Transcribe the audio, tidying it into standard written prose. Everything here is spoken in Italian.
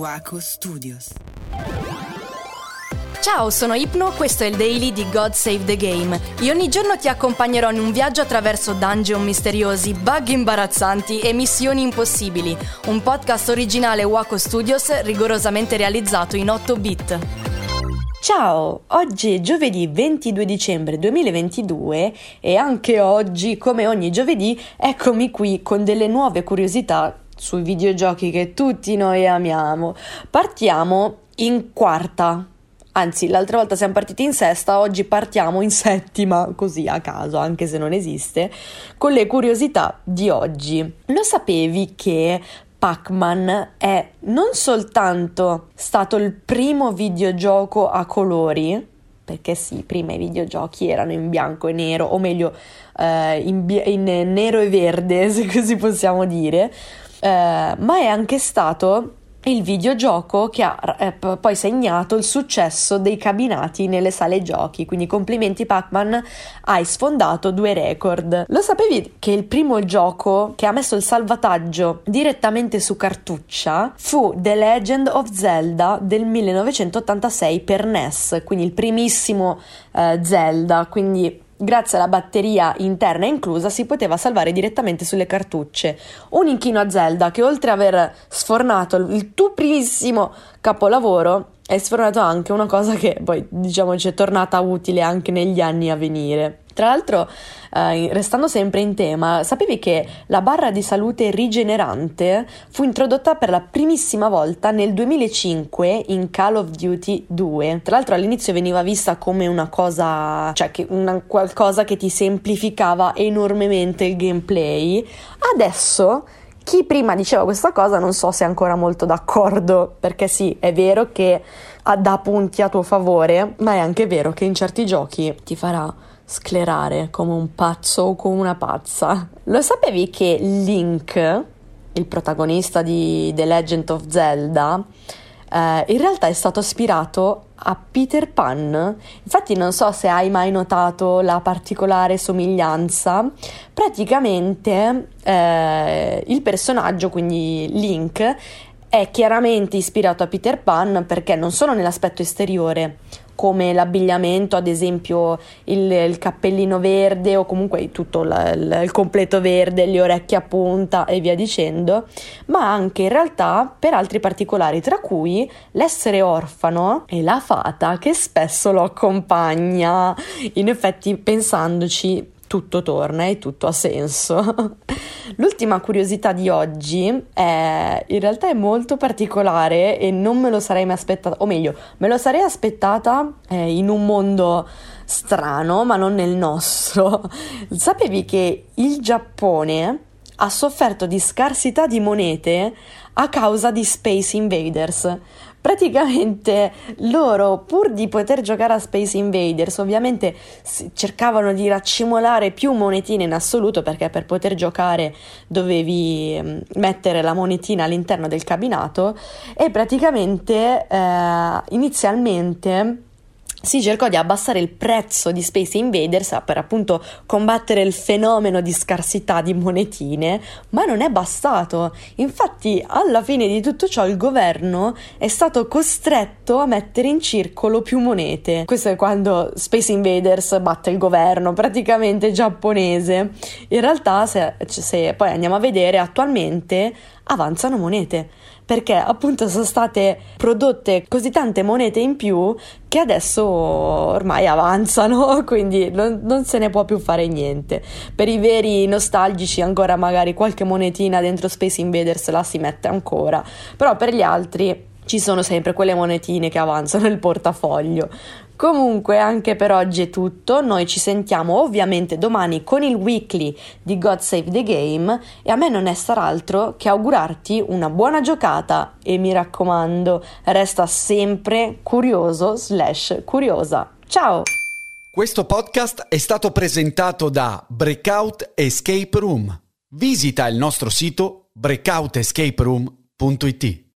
Waco Studios. Ciao, sono Ipno, questo è il Daily di God Save the Game. Io ogni giorno ti accompagnerò in un viaggio attraverso dungeon misteriosi, bug imbarazzanti e missioni impossibili. Un podcast originale Waco Studios rigorosamente realizzato in 8 bit. Ciao, oggi è giovedì 22 dicembre 2022 e anche oggi, come ogni giovedì, eccomi qui con delle nuove curiosità sui videogiochi che tutti noi amiamo. Partiamo in quarta. Anzi, l'altra volta siamo partiti in sesta, oggi partiamo in settima, così a caso, anche se non esiste, con le curiosità di oggi. Lo sapevi che Pac-Man è non soltanto stato il primo videogioco a colori, perché sì, prima i videogiochi erano in bianco e nero, o meglio in nero e verde, se così possiamo dire, ma è anche stato il videogioco che ha poi segnato il successo dei cabinati nelle sale giochi, quindi complimenti Pac-Man, hai sfondato 2 record. Lo sapevi che il primo gioco che ha messo il salvataggio direttamente su cartuccia fu The Legend of Zelda del 1986 per NES, quindi il primissimo Zelda, quindi grazie alla batteria interna inclusa si poteva salvare direttamente sulle cartucce. Un inchino a Zelda che, oltre ad aver sfornato il tuo primissimo capolavoro, è sfornato anche una cosa che poi diciamo ci è tornata utile anche negli anni a venire. Tra l'altro, restando sempre in tema, sapevi che la barra di salute rigenerante fu introdotta per la primissima volta nel 2005 in Call of Duty 2. Tra l'altro all'inizio veniva vista come una cosa, qualcosa che ti semplificava enormemente il gameplay. Adesso chi prima diceva questa cosa non so se è ancora molto d'accordo, perché sì, è vero che dà punti a tuo favore, ma è anche vero che in certi giochi ti farà sclerare come un pazzo o come una pazza. Lo sapevi che Link, il protagonista di The Legend of Zelda, in realtà è stato ispirato a Peter Pan? Infatti non so se hai mai notato la particolare somiglianza. Praticamente il personaggio, quindi Link, è chiaramente ispirato a Peter Pan perché non solo nell'aspetto esteriore, come l'abbigliamento, ad esempio il cappellino verde o comunque tutto il completo verde, le orecchie a punta e via dicendo, ma anche in realtà per altri particolari, tra cui l'essere orfano e la fata che spesso lo accompagna. In effetti, pensandoci, tutto torna e tutto ha senso. L'ultima curiosità di oggi in realtà è molto particolare e non me lo sarei mai aspettata, o meglio, me lo sarei aspettata in un mondo strano, ma non nel nostro. Sapevi che il Giappone ha sofferto di scarsità di monete a causa di Space Invaders? Praticamente loro, pur di poter giocare a Space Invaders, ovviamente cercavano di raccimolare più monetine in assoluto, perché per poter giocare dovevi mettere la monetina all'interno del cabinato, e praticamente inizialmente si cercò di abbassare il prezzo di Space Invaders per appunto combattere il fenomeno di scarsità di monetine, ma non è bastato. Infatti, alla fine di tutto ciò, il governo è stato costretto a mettere in circolo più monete. Questo è quando Space Invaders batte il governo praticamente giapponese. In realtà, se poi andiamo a vedere, attualmente avanzano monete, perché appunto sono state prodotte così tante monete in più che adesso ormai avanzano, quindi non se ne può più fare niente. Per i veri nostalgici ancora magari qualche monetina dentro Space Invaders la si mette ancora, però per gli altri ci sono sempre quelle monetine che avanzano nel portafoglio. Comunque anche per oggi è tutto, noi ci sentiamo ovviamente domani con il weekly di God Save the Game e a me non resta altro che augurarti una buona giocata e mi raccomando, resta sempre curioso/curiosa. Ciao! Questo podcast è stato presentato da Breakout Escape Room. Visita il nostro sito breakoutescaperoom.it.